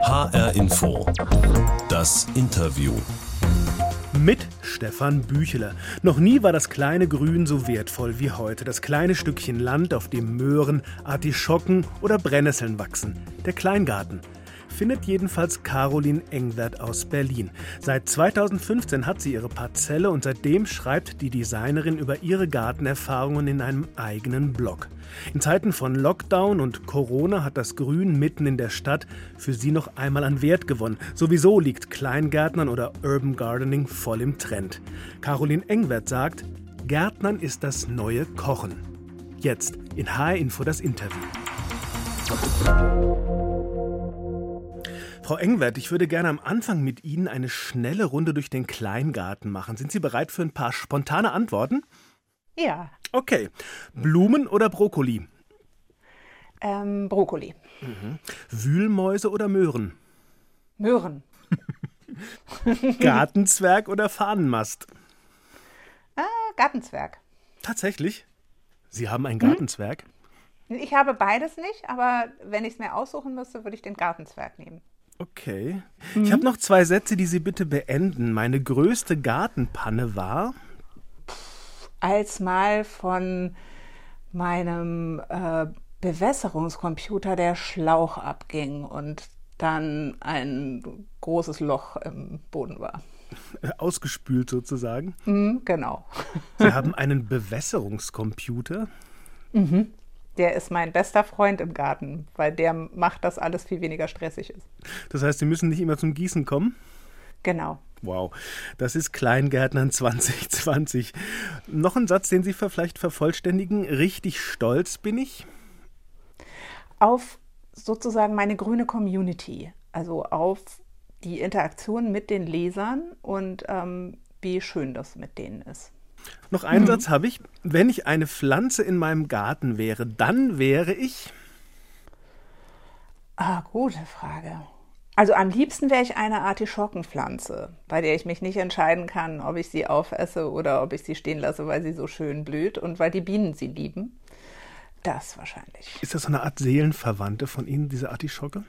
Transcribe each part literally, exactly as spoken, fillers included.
H R Info. Das Interview. Mit Stefan Bücheler. Noch nie war das kleine Grün so wertvoll wie heute. Das kleine Stückchen Land, auf dem Möhren, Artischocken oder Brennnesseln wachsen. Der Kleingarten. Findet jedenfalls Caroline Engwert aus Berlin. Seit zweitausendfünfzehn hat sie ihre Parzelle und seitdem schreibt die Designerin über ihre Gartenerfahrungen in einem eigenen Blog. In Zeiten von Lockdown und Corona hat das Grün mitten in der Stadt für sie noch einmal an Wert gewonnen. Sowieso liegt Kleingärtnern oder Urban Gardening voll im Trend. Caroline Engwert sagt, Gärtnern ist das neue Kochen. Jetzt in H R Info das Interview. Frau Engwert, ich würde gerne am Anfang mit Ihnen eine schnelle Runde durch den Kleingarten machen. Sind Sie bereit für ein paar spontane Antworten? Ja. Okay. Blumen oder Brokkoli? Ähm, Brokkoli. Mhm. Wühlmäuse oder Möhren? Möhren. Gartenzwerg oder Fahnenmast? Ah, Gartenzwerg. Tatsächlich? Sie haben einen Gartenzwerg? Ich habe beides nicht, aber wenn ich es mir aussuchen müsste, würde ich den Gartenzwerg nehmen. Okay. Mhm. Ich habe noch zwei Sätze, die Sie bitte beenden. Meine größte Gartenpanne war? Als mal von meinem äh, Bewässerungscomputer der Schlauch abging und dann ein großes Loch im Boden war. Ausgespült sozusagen? Mhm, genau. Sie haben einen Bewässerungscomputer? Mhm. Der ist mein bester Freund im Garten, weil der macht, dass alles viel weniger stressig ist. Das heißt, Sie müssen nicht immer zum Gießen kommen? Genau. Wow, das ist Kleingärtnern zwanzig zwanzig. Noch ein Satz, den Sie vielleicht vervollständigen. Richtig stolz bin ich? Auf sozusagen meine grüne Community, also auf die Interaktion mit den Lesern und ähm, wie schön das mit denen ist. Noch einen Mhm. Satz habe ich. Wenn ich eine Pflanze in meinem Garten wäre, dann wäre ich? Ah, gute Frage. Also am liebsten wäre ich eine Artischockenpflanze, bei der ich mich nicht entscheiden kann, ob ich sie aufesse oder ob ich sie stehen lasse, weil sie so schön blüht und weil die Bienen sie lieben. Das wahrscheinlich. Ist das so eine Art Seelenverwandte von Ihnen, diese Artischocke?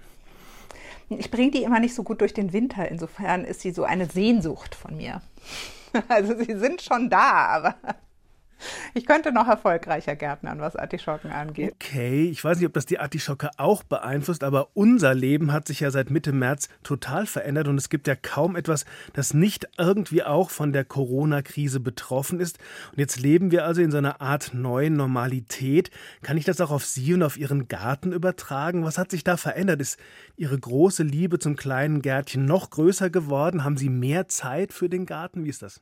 Ich bringe die immer nicht so gut durch den Winter. Insofern ist sie so eine Sehnsucht von mir. Also sie sind schon da, aber ich könnte noch erfolgreicher gärtnern, was Artischocken angeht. Okay, ich weiß nicht, ob das die Artischocke auch beeinflusst, aber unser Leben hat sich ja seit Mitte März total verändert und es gibt ja kaum etwas, das nicht irgendwie auch von der Corona-Krise betroffen ist. Und jetzt leben wir also in so einer Art neuen Normalität. Kann ich das auch auf Sie und auf Ihren Garten übertragen? Was hat sich da verändert? Ist Ihre große Liebe zum kleinen Gärtchen noch größer geworden? Haben Sie mehr Zeit für den Garten? Wie ist das?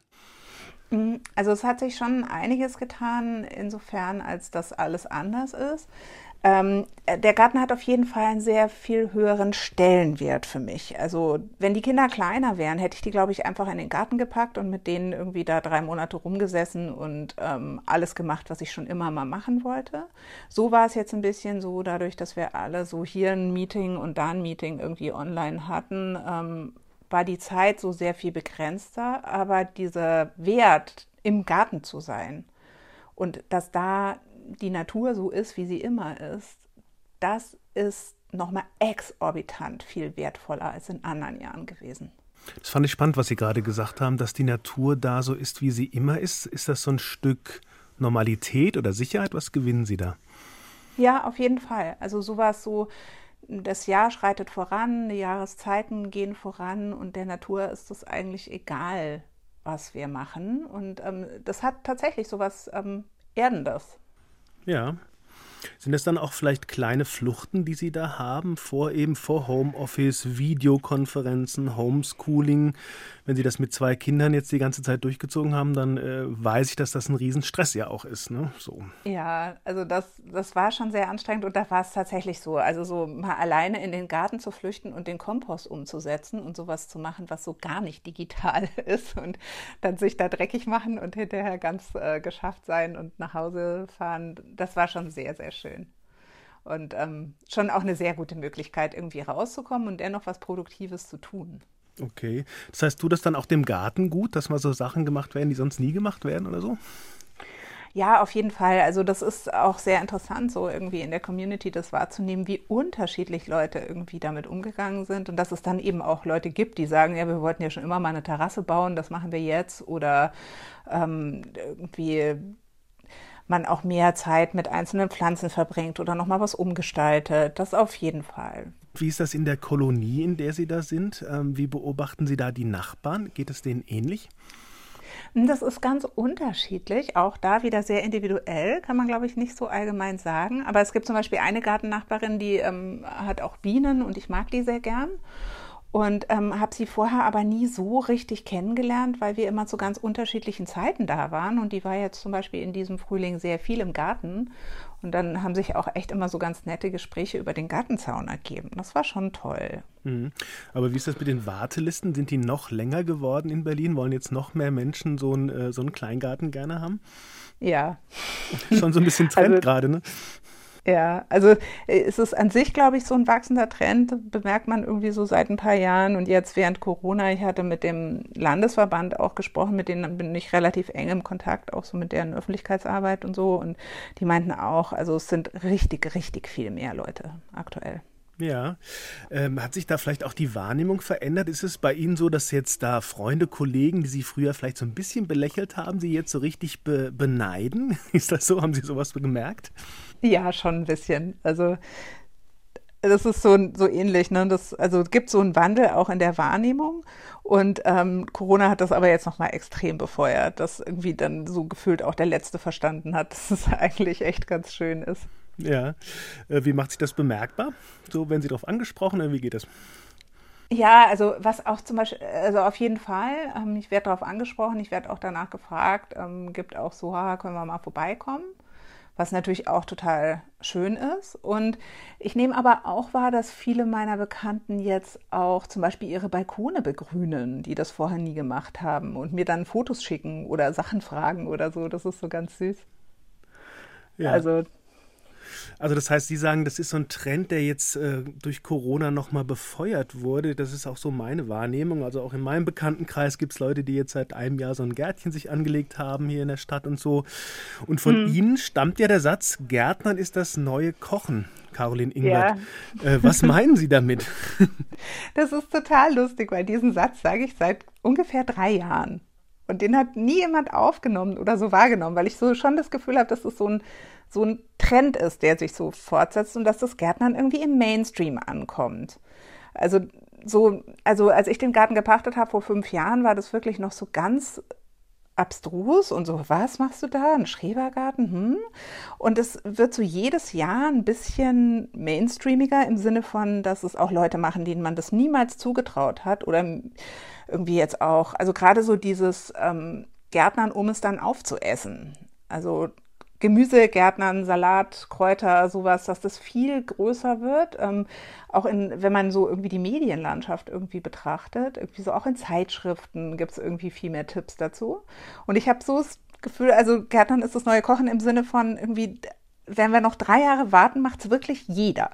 Also es hat sich schon einiges getan, insofern, als das alles anders ist. Ähm, der Garten hat auf jeden Fall einen sehr viel höheren Stellenwert für mich. Also wenn die Kinder kleiner wären, hätte ich die, glaube ich, einfach in den Garten gepackt und mit denen irgendwie da drei Monate rumgesessen und ähm, alles gemacht, was ich schon immer mal machen wollte. So war es jetzt ein bisschen so, dadurch, dass wir alle so hier ein Meeting und da ein Meeting irgendwie online hatten, ähm, war die Zeit so sehr viel begrenzter, aber dieser Wert, im Garten zu sein und dass da die Natur so ist, wie sie immer ist, das ist nochmal exorbitant viel wertvoller als in anderen Jahren gewesen. Das fand ich spannend, was Sie gerade gesagt haben, dass die Natur da so ist, wie sie immer ist. Ist das so ein Stück Normalität oder Sicherheit? Was gewinnen Sie da? Ja, auf jeden Fall. Also sowas so, das Jahr schreitet voran, die Jahreszeiten gehen voran und der Natur ist es eigentlich egal, was wir machen. Und ähm, das hat tatsächlich so was ähm, Erdendes. Ja. Sind das dann auch vielleicht kleine Fluchten, die Sie da haben, vor eben vor Homeoffice, Videokonferenzen, Homeschooling? Wenn Sie das mit zwei Kindern jetzt die ganze Zeit durchgezogen haben, dann äh, weiß ich, dass das ein Riesenstress ja auch ist, ne? So. Ja, also das, das war schon sehr anstrengend und da war es tatsächlich so. Also so mal alleine in den Garten zu flüchten und den Kompost umzusetzen und sowas zu machen, was so gar nicht digital ist und dann sich da dreckig machen und hinterher ganz äh, geschafft sein und nach Hause fahren, das war schon sehr, sehr schön. Und ähm, schon auch eine sehr gute Möglichkeit, irgendwie rauszukommen und dennoch was Produktives zu tun. Okay. Das heißt, tut das dann auch dem Garten gut, dass mal so Sachen gemacht werden, die sonst nie gemacht werden oder so? Ja, auf jeden Fall. Also das ist auch sehr interessant, so irgendwie in der Community das wahrzunehmen, wie unterschiedlich Leute irgendwie damit umgegangen sind und dass es dann eben auch Leute gibt, die sagen, ja, wir wollten ja schon immer mal eine Terrasse bauen, das machen wir jetzt oder ähm, irgendwie man auch mehr Zeit mit einzelnen Pflanzen verbringt oder nochmal was umgestaltet. Das auf jeden Fall. Wie ist das in der Kolonie, in der Sie da sind? Ähm, wie beobachten Sie da die Nachbarn? Geht es denen ähnlich? Das ist ganz unterschiedlich, auch da wieder sehr individuell, kann man, glaube ich, nicht so allgemein sagen. Aber es gibt zum Beispiel eine Gartennachbarin, die ähm, hat auch Bienen und ich mag die sehr gern. Und ähm, habe sie vorher aber nie so richtig kennengelernt, weil wir immer zu ganz unterschiedlichen Zeiten da waren. Und die war jetzt zum Beispiel in diesem Frühling sehr viel im Garten. Und dann haben sich auch echt immer so ganz nette Gespräche über den Gartenzaun ergeben. Das war schon toll. Mhm. Aber wie ist das mit den Wartelisten? Sind die noch länger geworden in Berlin? Wollen jetzt noch mehr Menschen so einen, äh, so einen Kleingarten gerne haben? Ja. Schon so ein bisschen Trend also, gerade, ne? Ja, also es ist an sich, glaube ich, so ein wachsender Trend, bemerkt man irgendwie so seit ein paar Jahren. Und jetzt während Corona, ich hatte mit dem Landesverband auch gesprochen, mit denen bin ich relativ eng im Kontakt, auch so mit deren Öffentlichkeitsarbeit und so. Und die meinten auch, also es sind richtig, richtig viel mehr Leute aktuell. Ja, ähm, hat sich da vielleicht auch die Wahrnehmung verändert? Ist es bei Ihnen so, dass jetzt da Freunde, Kollegen, die Sie früher vielleicht so ein bisschen belächelt haben, Sie jetzt so richtig be- beneiden? Ist das so? Haben Sie sowas gemerkt? Ja, schon ein bisschen. Also das ist so, so ähnlich. Ne? Das, also es gibt so einen Wandel auch in der Wahrnehmung. Und ähm, Corona hat das aber jetzt nochmal extrem befeuert, dass irgendwie dann so gefühlt auch der Letzte verstanden hat, dass es eigentlich echt ganz schön ist. Ja, wie macht sich das bemerkbar? So, wenn Sie darauf angesprochen werden, wie geht das? Ja, also was auch zum Beispiel, also auf jeden Fall, ähm, ich werde darauf angesprochen, ich werde auch danach gefragt, ähm, gibt auch so, ha, können wir mal vorbeikommen, was natürlich auch total schön ist. Und ich nehme aber auch wahr, dass viele meiner Bekannten jetzt auch zum Beispiel ihre Balkone begrünen, die das vorher nie gemacht haben und mir dann Fotos schicken oder Sachen fragen oder so, das ist so ganz süß. Ja. Also Also das heißt, Sie sagen, das ist so ein Trend, der jetzt äh, durch Corona nochmal befeuert wurde. Das ist auch so meine Wahrnehmung. Also auch in meinem Bekanntenkreis gibt es Leute, die jetzt seit einem Jahr so ein Gärtchen sich angelegt haben hier in der Stadt und so. Und von hm. Ihnen stammt ja der Satz, Gärtnern ist das neue Kochen. Caroline Ingwart. Ja. Äh, was meinen Sie damit? Das ist total lustig, weil diesen Satz sage ich seit ungefähr drei Jahren. Und den hat nie jemand aufgenommen oder so wahrgenommen, weil ich so schon das Gefühl habe, dass es so ein, so ein Trend ist, der sich so fortsetzt und dass das Gärtnern irgendwie im Mainstream ankommt. Also so, also als ich den Garten gepachtet habe vor fünf Jahren, war das wirklich noch so ganz abstrus und so, was machst du da? Ein Schrebergarten? Hm? Und es wird so jedes Jahr ein bisschen mainstreamiger im Sinne von, dass es auch Leute machen, denen man das niemals zugetraut hat oder irgendwie jetzt auch, also gerade so dieses ähm, Gärtnern, um es dann aufzuessen. Also Gemüse, Gärtnern, Salat, Kräuter, sowas, dass das viel größer wird. Ähm, auch in, wenn man so irgendwie die Medienlandschaft irgendwie betrachtet, irgendwie so auch in Zeitschriften gibt es irgendwie viel mehr Tipps dazu. Und ich habe so das Gefühl, also Gärtnern ist das neue Kochen im Sinne von irgendwie, wenn wir noch drei Jahre warten, macht es wirklich jeder.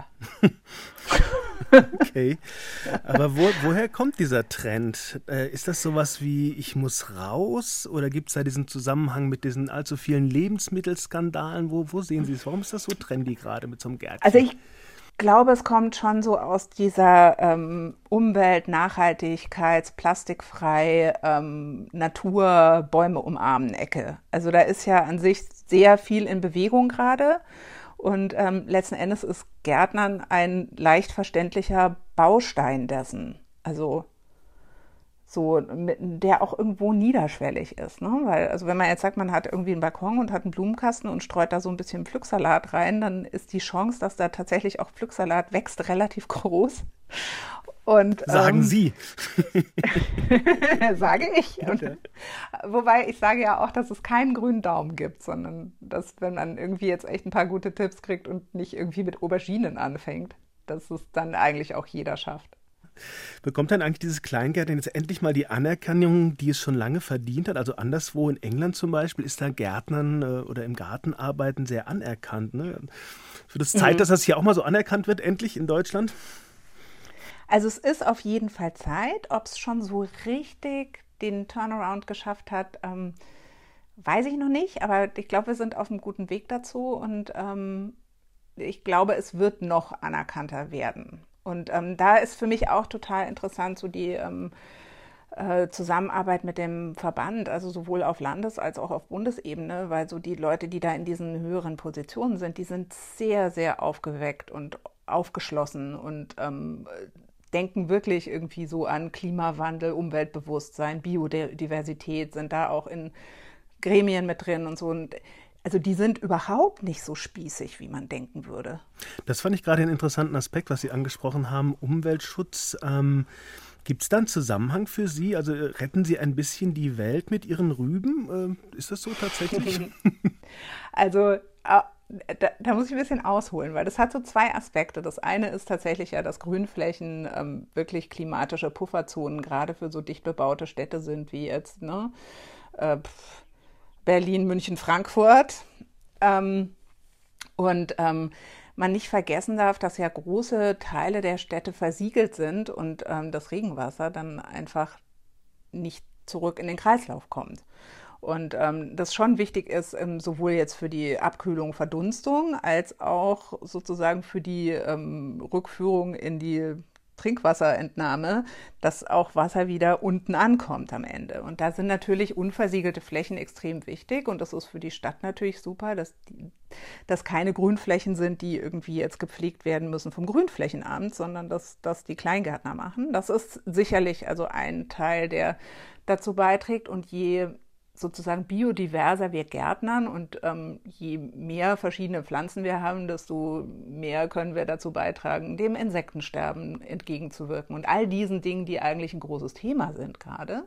Okay, aber wo, woher kommt dieser Trend? Äh, ist das sowas wie, ich muss raus? Oder gibt es da diesen Zusammenhang mit diesen allzu vielen Lebensmittelskandalen? Wo, wo sehen Sie es? Warum ist das so trendy gerade mit so einem Gärtchen? Also ich glaube, es kommt schon so aus dieser ähm, Umwelt-, Nachhaltigkeits-, plastikfrei, ähm, Natur-, Bäume umarmen Ecke. Also da ist ja an sich sehr viel in Bewegung gerade. Und ähm, letzten Endes ist Gärtnern ein leicht verständlicher Baustein dessen. Also so, der auch irgendwo niederschwellig ist. Ne? Weil, also wenn man jetzt sagt, man hat irgendwie einen Balkon und hat einen Blumenkasten und streut da so ein bisschen Pflücksalat rein, dann ist die Chance, dass da tatsächlich auch Pflücksalat wächst, relativ groß. Und, Sagen ähm, Sie. Sage ich. Und, wobei ich sage ja auch, dass es keinen grünen Daumen gibt, sondern dass, wenn man irgendwie jetzt echt ein paar gute Tipps kriegt und nicht irgendwie mit Auberginen anfängt, dass es dann eigentlich auch jeder schafft. Bekommt dann eigentlich dieses Kleingärtchen jetzt endlich mal die Anerkennung, die es schon lange verdient hat? Also anderswo in England zum Beispiel ist da Gärtnern äh, oder im Garten arbeiten sehr anerkannt. Ne? Wird es Zeit, mhm. dass das hier auch mal so anerkannt wird, endlich in Deutschland? Also es ist auf jeden Fall Zeit. Ob es schon so richtig den Turnaround geschafft hat, ähm, Weiß ich noch nicht, aber ich glaube, wir sind auf einem guten Weg dazu und ähm, ich glaube, es wird noch anerkannter werden. Und ähm, da ist für mich auch total interessant so die ähm, äh, Zusammenarbeit mit dem Verband, also sowohl auf Landes- als auch auf Bundesebene, weil so die Leute, die da in diesen höheren Positionen sind, die sind sehr, sehr aufgeweckt und aufgeschlossen und ähm, denken wirklich irgendwie so an Klimawandel, Umweltbewusstsein, Biodiversität, sind da auch in Gremien mit drin und so. Und also die sind überhaupt nicht so spießig, wie man denken würde. Das fand ich gerade einen interessanten Aspekt, was Sie angesprochen haben, Umweltschutz. Ähm, gibt es da einen Zusammenhang für Sie? Also retten Sie ein bisschen die Welt mit Ihren Rüben? Äh, ist das so tatsächlich? Also da, da muss ich ein bisschen ausholen, weil das hat so zwei Aspekte. Das eine ist tatsächlich ja, dass Grünflächen ähm, wirklich klimatische Pufferzonen gerade für so dicht bebaute Städte sind, wie jetzt ne, äh, Berlin, München, Frankfurt. Ähm, und ähm, man nicht vergessen darf, dass ja große Teile der Städte versiegelt sind und ähm, das Regenwasser dann einfach nicht zurück in den Kreislauf kommt. Und ähm, das schon wichtig ist, ähm, sowohl jetzt für die Abkühlung, Verdunstung, als auch sozusagen für die ähm, Rückführung in die Trinkwasserentnahme, dass auch Wasser wieder unten ankommt am Ende. Und da sind natürlich unversiegelte Flächen extrem wichtig und das ist für die Stadt natürlich super, dass, die, dass keine Grünflächen sind, die irgendwie jetzt gepflegt werden müssen vom Grünflächenamt, sondern dass das die Kleingärtner machen. Das ist sicherlich also ein Teil, der dazu beiträgt und je sozusagen biodiverser wir gärtnern und ähm, je mehr verschiedene Pflanzen wir haben, desto mehr können wir dazu beitragen, dem Insektensterben entgegenzuwirken und all diesen Dingen, die eigentlich ein großes Thema sind gerade.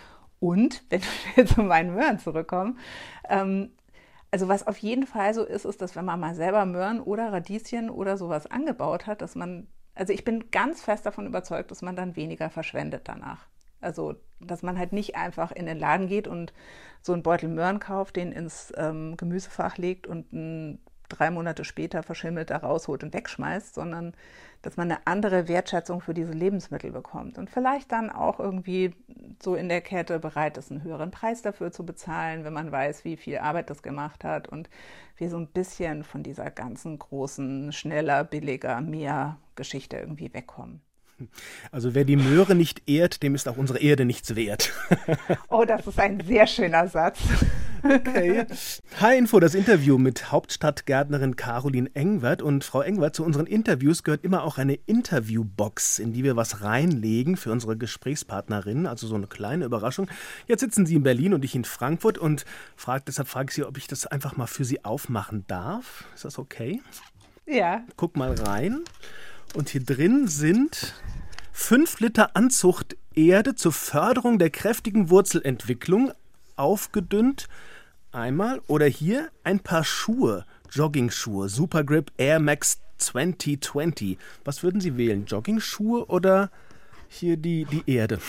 Und, wenn wir zu meinen Möhren zurückkommen, ähm, also was auf jeden Fall so ist, ist, dass wenn man mal selber Möhren oder Radieschen oder sowas angebaut hat, dass man, also ich bin ganz fest davon überzeugt, dass man dann weniger verschwendet danach. Also, dass man halt nicht einfach in den Laden geht und so einen Beutel Möhren kauft, den ins ähm, Gemüsefach legt und n, drei Monate später verschimmelt da rausholt und wegschmeißt, sondern dass man eine andere Wertschätzung für diese Lebensmittel bekommt und vielleicht dann auch irgendwie so in der Kette bereit ist, einen höheren Preis dafür zu bezahlen, wenn man weiß, wie viel Arbeit das gemacht hat und wir so ein bisschen von dieser ganzen großen, schneller, billiger, mehr Geschichte irgendwie wegkommen. Also wer die Möhre nicht ehrt, dem ist auch unsere Erde nichts wert. Oh, das ist ein sehr schöner Satz. Okay. H-Info, das Interview mit Hauptstadtgärtnerin Caroline Engwirth. Und Frau Engwirth, zu unseren Interviews gehört immer auch eine Interviewbox, in die wir was reinlegen für unsere Gesprächspartnerinnen, also so eine kleine Überraschung. Jetzt sitzen Sie in Berlin und ich in Frankfurt und frag, deshalb frage ich Sie, ob ich das einfach mal für Sie aufmachen darf. Ist das okay? Ja. Guck mal rein. Und hier drin sind fünf Liter Anzuchterde zur Förderung der kräftigen Wurzelentwicklung, aufgedünnt einmal. Oder hier ein paar Schuhe, Jogging-Schuhe, Supergrip Air Max zwanzig zwanzig. Was würden Sie wählen, Jogging-Schuhe oder hier die, die Erde?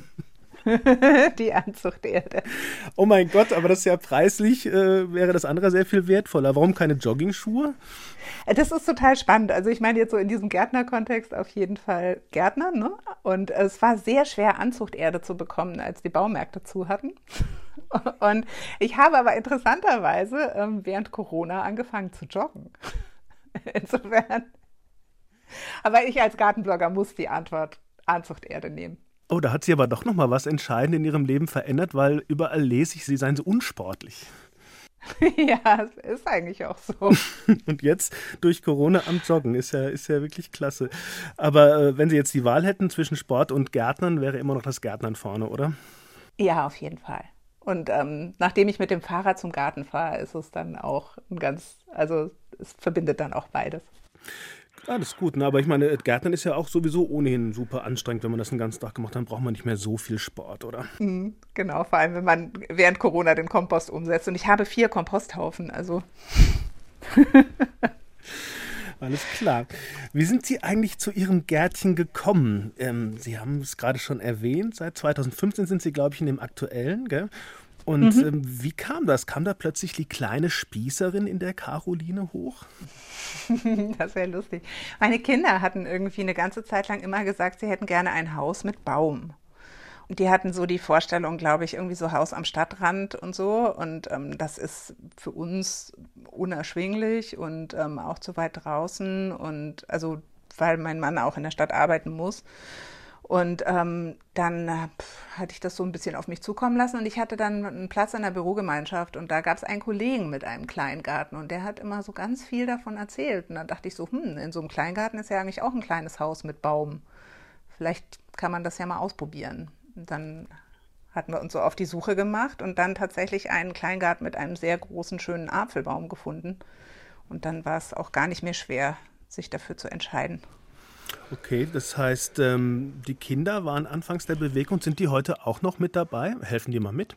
Die Anzuchterde. Oh mein Gott, aber das ist ja preislich, äh, wäre das andere sehr viel wertvoller. Warum keine Jogging-Schuhe? Das ist total spannend. Also ich meine jetzt so in diesem Gärtnerkontext auf jeden Fall Gärtner, ne? Und es war sehr schwer, Anzuchterde zu bekommen, als die Baumärkte zu hatten. Und ich habe aber interessanterweise ähm, während Corona angefangen zu joggen. Insofern. Aber ich als Gartenblogger muss die Antwort Anzuchterde nehmen. Oh, da hat sie aber doch noch mal was entscheidend in ihrem Leben verändert, weil überall lese ich, sie seien so unsportlich. Ja, es ist eigentlich auch so. Und jetzt durch Corona am Joggen, ist ja, ist ja wirklich klasse. Aber äh, wenn Sie jetzt die Wahl hätten zwischen Sport und Gärtnern, wäre immer noch das Gärtnern vorne, oder? Ja, auf jeden Fall. Und ähm, nachdem ich mit dem Fahrrad zum Garten fahre, ist es dann auch ein ganz, also es verbindet dann auch beides. Ja, das ist gut, ne? Aber ich meine, Gärtnern ist ja auch sowieso ohnehin super anstrengend. Wenn man das den ganzen Tag gemacht hat, dann braucht man nicht mehr so viel Sport, oder? Mhm, genau, vor allem, wenn man während Corona den Kompost umsetzt. Und ich habe vier Komposthaufen, also... Alles klar. Wie sind Sie eigentlich zu Ihrem Gärtchen gekommen? Ähm, Sie haben es gerade schon erwähnt, seit zweitausendfünfzehn sind Sie, glaube ich, in dem aktuellen, gell? Und mhm. ähm, wie kam das? Kam da plötzlich die kleine Spießerin in der Caroline hoch? Das wäre lustig. Meine Kinder hatten irgendwie eine ganze Zeit lang immer gesagt, sie hätten gerne ein Haus mit Baum. die hatten so die Vorstellung, glaube ich, irgendwie so Haus am Stadtrand und so. Und ähm, das ist für uns unerschwinglich und ähm, auch zu weit draußen. Und also, weil mein Mann auch in der Stadt arbeiten muss. Und ähm, dann äh, pf, hatte ich das so ein bisschen auf mich zukommen lassen und ich hatte dann einen Platz in der Bürogemeinschaft und da gab es einen Kollegen mit einem Kleingarten und der hat immer so ganz viel davon erzählt. Und dann dachte ich so, hm, in so einem Kleingarten ist ja eigentlich auch ein kleines Haus mit Baum. Vielleicht kann man das ja mal ausprobieren. Und dann hatten wir uns so auf die Suche gemacht und dann tatsächlich einen Kleingarten mit einem sehr großen, schönen Apfelbaum gefunden. Und dann war es auch gar nicht mehr schwer, sich dafür zu entscheiden. Okay, das heißt, ähm, die Kinder waren anfangs der Bewegung. Sind die heute auch noch mit dabei? Helfen die mal mit?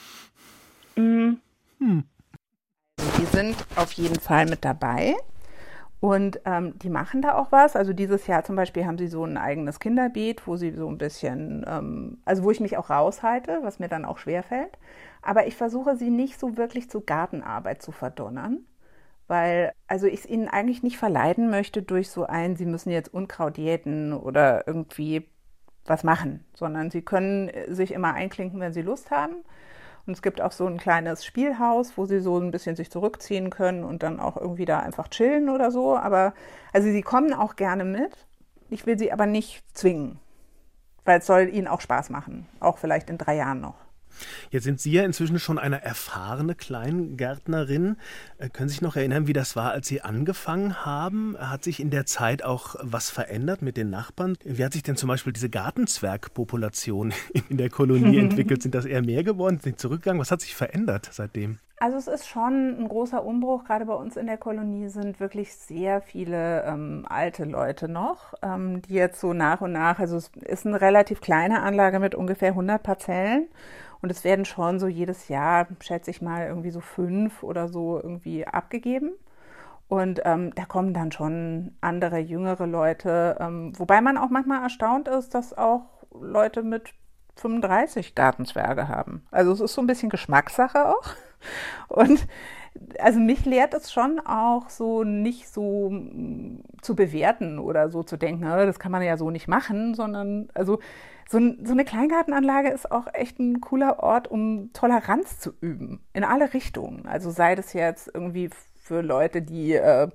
Mhm. Hm. Die sind auf jeden Fall mit dabei und ähm, die machen da auch was. Also dieses Jahr zum Beispiel haben sie so ein eigenes Kinderbeet, wo sie so ein bisschen, ähm, also wo ich mich auch raushalte, was mir dann auch schwerfällt. Aber ich versuche sie nicht so wirklich zu Gartenarbeit zu verdonnern. Weil, also ich es ihnen eigentlich nicht verleiten möchte durch so ein, sie müssen jetzt Unkraut jäten oder irgendwie was machen, sondern sie können sich immer einklinken, wenn sie Lust haben. Und es gibt auch so ein kleines Spielhaus, wo sie so ein bisschen sich zurückziehen können und dann auch irgendwie da einfach chillen oder so. Aber, also sie kommen auch gerne mit. Ich will sie aber nicht zwingen, weil es soll ihnen auch Spaß machen, auch vielleicht in drei Jahren noch. Jetzt sind Sie ja inzwischen schon eine erfahrene Kleingärtnerin. Können Sie sich noch erinnern, wie das war, als Sie angefangen haben? Hat sich in der Zeit auch was verändert mit den Nachbarn? Wie hat sich denn zum Beispiel diese Gartenzwergpopulation in der Kolonie entwickelt? Sind das eher mehr geworden? Sind die zurückgegangen? Was hat sich verändert seitdem? Also es ist schon ein großer Umbruch. Gerade bei uns in der Kolonie sind wirklich sehr viele ähm, alte Leute noch, ähm, die jetzt so nach und nach, also es ist eine relativ kleine Anlage mit ungefähr hundert Parzellen. Und es werden schon so jedes Jahr, schätze ich mal, irgendwie so fünf oder so irgendwie abgegeben. Und ähm, da kommen dann schon andere, jüngere Leute. Ähm, wobei man auch manchmal erstaunt ist, dass auch Leute mit fünfunddreißig Gartenzwerge haben. Also es ist so ein bisschen Geschmackssache auch. Und also mich lehrt es schon auch so nicht so m, zu bewerten oder so zu denken, das kann man ja so nicht machen, sondern also so, so eine Kleingartenanlage ist auch echt ein cooler Ort, um Toleranz zu üben, in alle Richtungen. Also sei das jetzt irgendwie für Leute, die äh,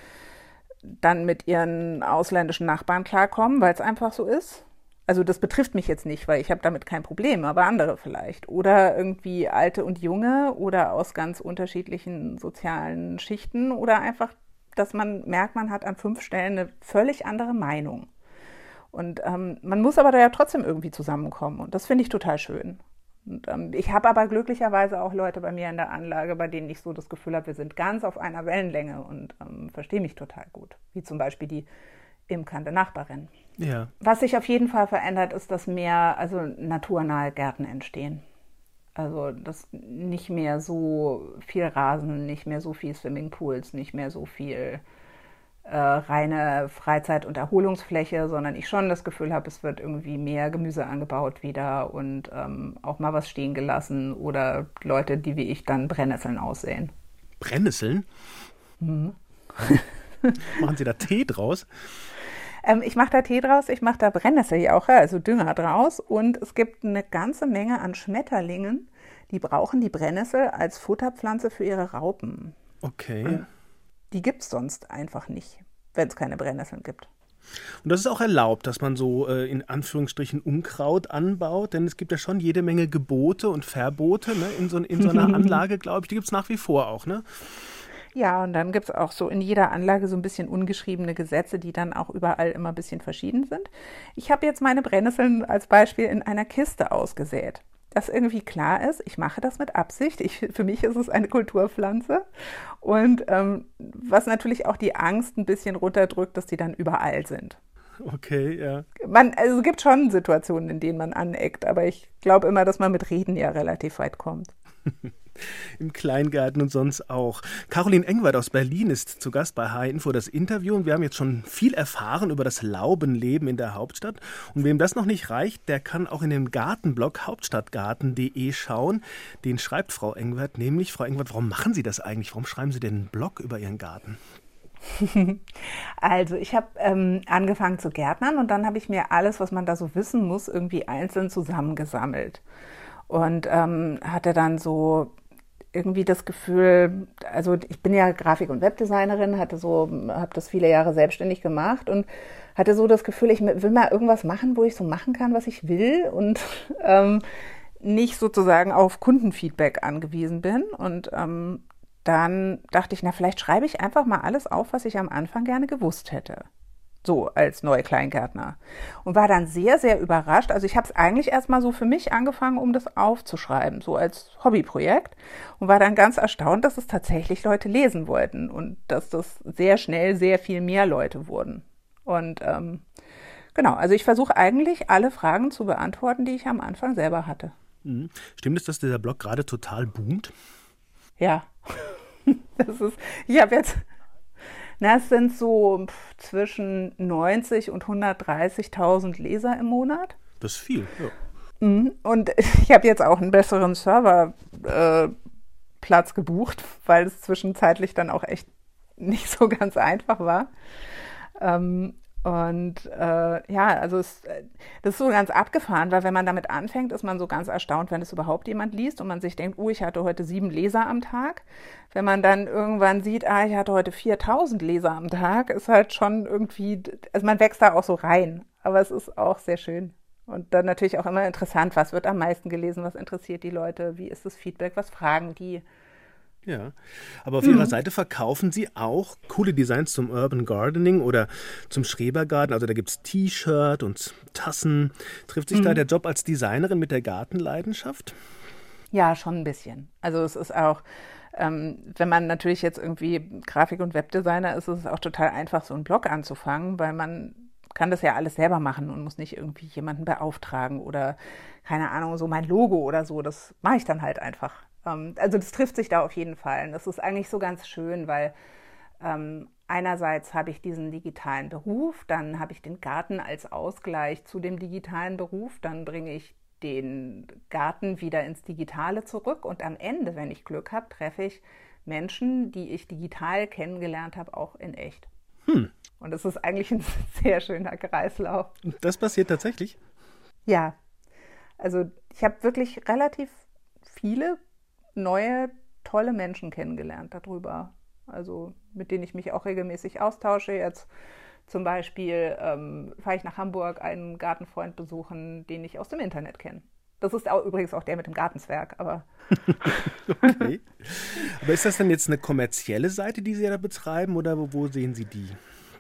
dann mit ihren ausländischen Nachbarn klarkommen, weil es einfach so ist. Also das betrifft mich jetzt nicht, weil ich habe damit kein Problem, aber andere vielleicht. Oder irgendwie Alte und Junge oder aus ganz unterschiedlichen sozialen Schichten oder einfach, dass man merkt, man hat an fünf Stellen eine völlig andere Meinung. Und ähm, man muss aber da ja trotzdem irgendwie zusammenkommen und das finde ich total schön. Und, ähm, ich habe aber glücklicherweise auch Leute bei mir in der Anlage, bei denen ich so das Gefühl habe, wir sind ganz auf einer Wellenlänge und ähm, verstehe mich total gut. Wie zum Beispiel die imkernde Nachbarin. Ja. Was sich auf jeden Fall verändert, ist, dass mehr also naturnahe Gärten entstehen. Also dass nicht mehr so viel Rasen, nicht mehr so viel Swimmingpools, nicht mehr so viel äh, reine Freizeit- und Erholungsfläche, sondern ich schon das Gefühl habe, es wird irgendwie mehr Gemüse angebaut wieder und ähm, auch mal was stehen gelassen oder Leute, die wie ich dann Brennnesseln aussehen. Brennnesseln? Mhm. Machen Sie da Tee draus? Ähm, ich mache da Tee draus, ich mache da Brennnesseljauche, also Dünger draus. Und es gibt eine ganze Menge an Schmetterlingen, die brauchen die Brennnessel als Futterpflanze für ihre Raupen. Okay. Und die gibt es sonst einfach nicht, wenn es keine Brennnesseln gibt. Und das ist auch erlaubt, dass man so äh, in Anführungsstrichen Unkraut anbaut, denn es gibt ja schon jede Menge Gebote und Verbote, ne, in, so, in so einer Anlage, glaube ich. Die gibt es nach wie vor auch, ne? Ja, und dann gibt es auch so in jeder Anlage so ein bisschen ungeschriebene Gesetze, die dann auch überall immer ein bisschen verschieden sind. Ich habe jetzt meine Brennnesseln als Beispiel in einer Kiste ausgesät. Dass irgendwie klar ist, ich mache das mit Absicht. Ich, für mich ist es eine Kulturpflanze. Und ähm, was natürlich auch die Angst ein bisschen runterdrückt, dass die dann überall sind. Okay, ja. Man, also es gibt schon Situationen, in denen man aneckt, aber ich glaube immer, dass man mit Reden ja relativ weit kommt. Im Kleingarten und sonst auch. Caroline Engwart aus Berlin ist zu Gast bei H I-Info das Interview und wir haben jetzt schon viel erfahren über das Laubenleben in der Hauptstadt. Und wem das noch nicht reicht, der kann auch in den Gartenblog hauptstadtgarten punkt de schauen. Den schreibt Frau Engwart nämlich. Frau Engwart, warum machen Sie das eigentlich? Warum schreiben Sie denn einen Blog über Ihren Garten? Also ich habe ähm, angefangen zu gärtnern und dann habe ich mir alles, was man da so wissen muss, irgendwie einzeln zusammengesammelt. Und ähm, hatte dann so irgendwie das Gefühl, also ich bin ja Grafik- und Webdesignerin, hatte so, habe das viele Jahre selbstständig gemacht und hatte so das Gefühl, ich will mal irgendwas machen, wo ich so machen kann, was ich will und ähm, nicht sozusagen auf Kundenfeedback angewiesen bin. Und ähm, dann dachte ich, na, vielleicht schreibe ich einfach mal alles auf, was ich am Anfang gerne gewusst hätte. So als Neukleingärtner. Und war dann sehr, sehr überrascht. Also ich habe es eigentlich erstmal so für mich angefangen, um das aufzuschreiben, so als Hobbyprojekt. Und war dann ganz erstaunt, dass es tatsächlich Leute lesen wollten und dass das sehr schnell sehr viel mehr Leute wurden. Und ähm, genau, also ich versuche eigentlich alle Fragen zu beantworten, die ich am Anfang selber hatte. Mhm. Stimmt es, dass dieser Blog gerade total boomt? Ja, das ist, ich habe jetzt, na, es sind so zwischen neunzig und hundertdreißigtausend Leser im Monat. Das ist viel, ja. Und ich habe jetzt auch einen besseren Serverplatz äh, gebucht, weil es zwischenzeitlich dann auch echt nicht so ganz einfach war. Ähm, Und äh, ja, also es, das ist so ganz abgefahren, weil wenn man damit anfängt, ist man so ganz erstaunt, wenn es überhaupt jemand liest und man sich denkt, oh, ich hatte heute sieben Leser am Tag. Wenn man dann irgendwann sieht, ah, ich hatte heute viertausend Leser am Tag, ist halt schon irgendwie, also man wächst da auch so rein, aber es ist auch sehr schön. Und dann natürlich auch immer interessant, was wird am meisten gelesen, was interessiert die Leute, wie ist das Feedback, was fragen die. Ja, aber auf mhm. Ihrer Seite verkaufen Sie auch coole Designs zum Urban Gardening oder zum Schrebergarten. Also da gibt es T-Shirt und Tassen. Trifft sich mhm. da der Job als Designerin mit der Gartenleidenschaft? Ja, schon ein bisschen. Also es ist auch, ähm, wenn man natürlich jetzt irgendwie Grafik- und Webdesigner ist, ist es auch total einfach, so einen Blog anzufangen, weil man kann das ja alles selber machen und muss nicht irgendwie jemanden beauftragen oder, keine Ahnung, so mein Logo oder so. Das mache ich dann halt einfach. Also das trifft sich da auf jeden Fall. Und das ist eigentlich so ganz schön, weil ähm, einerseits habe ich diesen digitalen Beruf, dann habe ich den Garten als Ausgleich zu dem digitalen Beruf, dann bringe ich den Garten wieder ins Digitale zurück und am Ende, wenn ich Glück habe, treffe ich Menschen, die ich digital kennengelernt habe, auch in echt. Hm. Und das ist eigentlich ein sehr schöner Kreislauf. Das passiert tatsächlich? Ja, also ich habe wirklich relativ viele neue, tolle Menschen kennengelernt darüber. Also mit denen ich mich auch regelmäßig austausche. Jetzt zum Beispiel ähm, fahre ich nach Hamburg einen Gartenfreund besuchen, den ich aus dem Internet kenne. Das ist auch, übrigens auch der mit dem Gartenzwerg. Aber okay. Aber ist das denn jetzt eine kommerzielle Seite, die Sie da betreiben oder wo, wo sehen Sie die?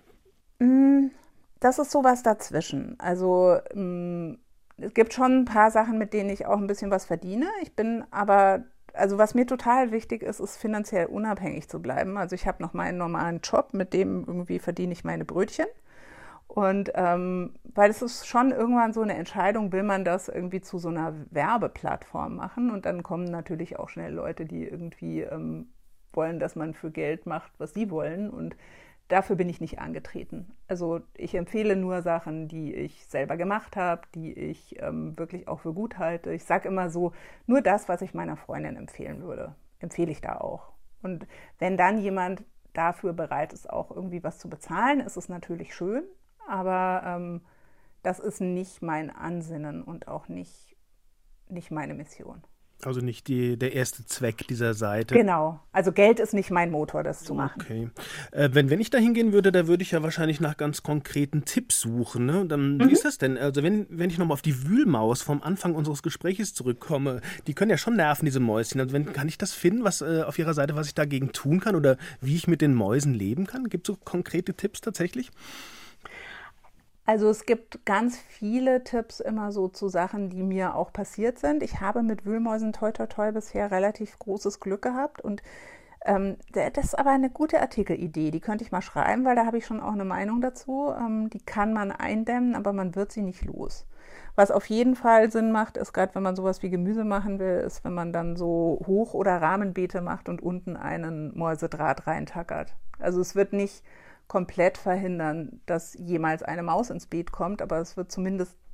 Das ist sowas dazwischen. Also es gibt schon ein paar Sachen, mit denen ich auch ein bisschen was verdiene. Ich bin aber Also was mir total wichtig ist, ist finanziell unabhängig zu bleiben. Also ich habe noch meinen normalen Job, mit dem irgendwie verdiene ich meine Brötchen. Und ähm, weil es ist schon irgendwann so eine Entscheidung, will man das irgendwie zu so einer Werbeplattform machen. Und dann kommen natürlich auch schnell Leute, die irgendwie ähm, wollen, dass man für Geld macht, was sie wollen. Und dafür bin ich nicht angetreten. Also ich empfehle nur Sachen, die ich selber gemacht habe, die ich ähm, wirklich auch für gut halte. Ich sage immer so, nur das, was ich meiner Freundin empfehlen würde, empfehle ich da auch. Und wenn dann jemand dafür bereit ist, auch irgendwie was zu bezahlen, ist es natürlich schön, aber ähm, das ist nicht mein Ansinnen und auch nicht, nicht meine Mission. Also nicht die, der erste Zweck dieser Seite. Genau. Also Geld ist nicht mein Motor, das zu machen. Okay. Äh, wenn, wenn ich da hingehen würde, da würde ich ja wahrscheinlich nach ganz konkreten Tipps suchen. Ne? Dann, mhm. Wie ist das denn? Also wenn, wenn ich nochmal auf die Wühlmaus vom Anfang unseres Gesprächs zurückkomme, die können ja schon nerven, diese Mäuschen. Also wenn, kann ich das finden, was äh, auf Ihrer Seite, was ich dagegen tun kann oder wie ich mit den Mäusen leben kann? Gibt es so konkrete Tipps tatsächlich? Also es gibt ganz viele Tipps immer so zu Sachen, die mir auch passiert sind. Ich habe mit Wühlmäusen toi toi toi bisher relativ großes Glück gehabt und ähm, das ist aber eine gute Artikelidee, die könnte ich mal schreiben, weil da habe ich schon auch eine Meinung dazu. Ähm, die kann man eindämmen, aber man wird sie nicht los. Was auf jeden Fall Sinn macht, ist gerade, wenn man sowas wie Gemüse machen will, ist, wenn man dann so Hoch- oder Rahmenbeete macht und unten einen Mäusedraht reintackert. Also es wird nicht komplett verhindern, dass jemals eine Maus ins Beet kommt, aber es wird zumindest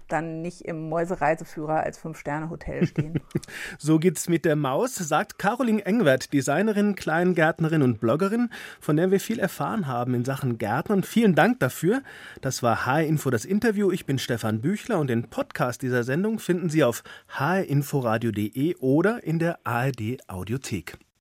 dann nicht im Mäusereiseführer als Fünf-Sterne-Hotel stehen. So geht's mit der Maus, sagt Caroline Engwert, Designerin, Kleingärtnerin und Bloggerin, von der wir viel erfahren haben in Sachen Gärtnern. Vielen Dank dafür. Das war H R Info, das Interview. Ich bin Stefan Büchler und den Podcast dieser Sendung finden Sie auf h r inforadio punkt d e oder in der A R D Audiothek.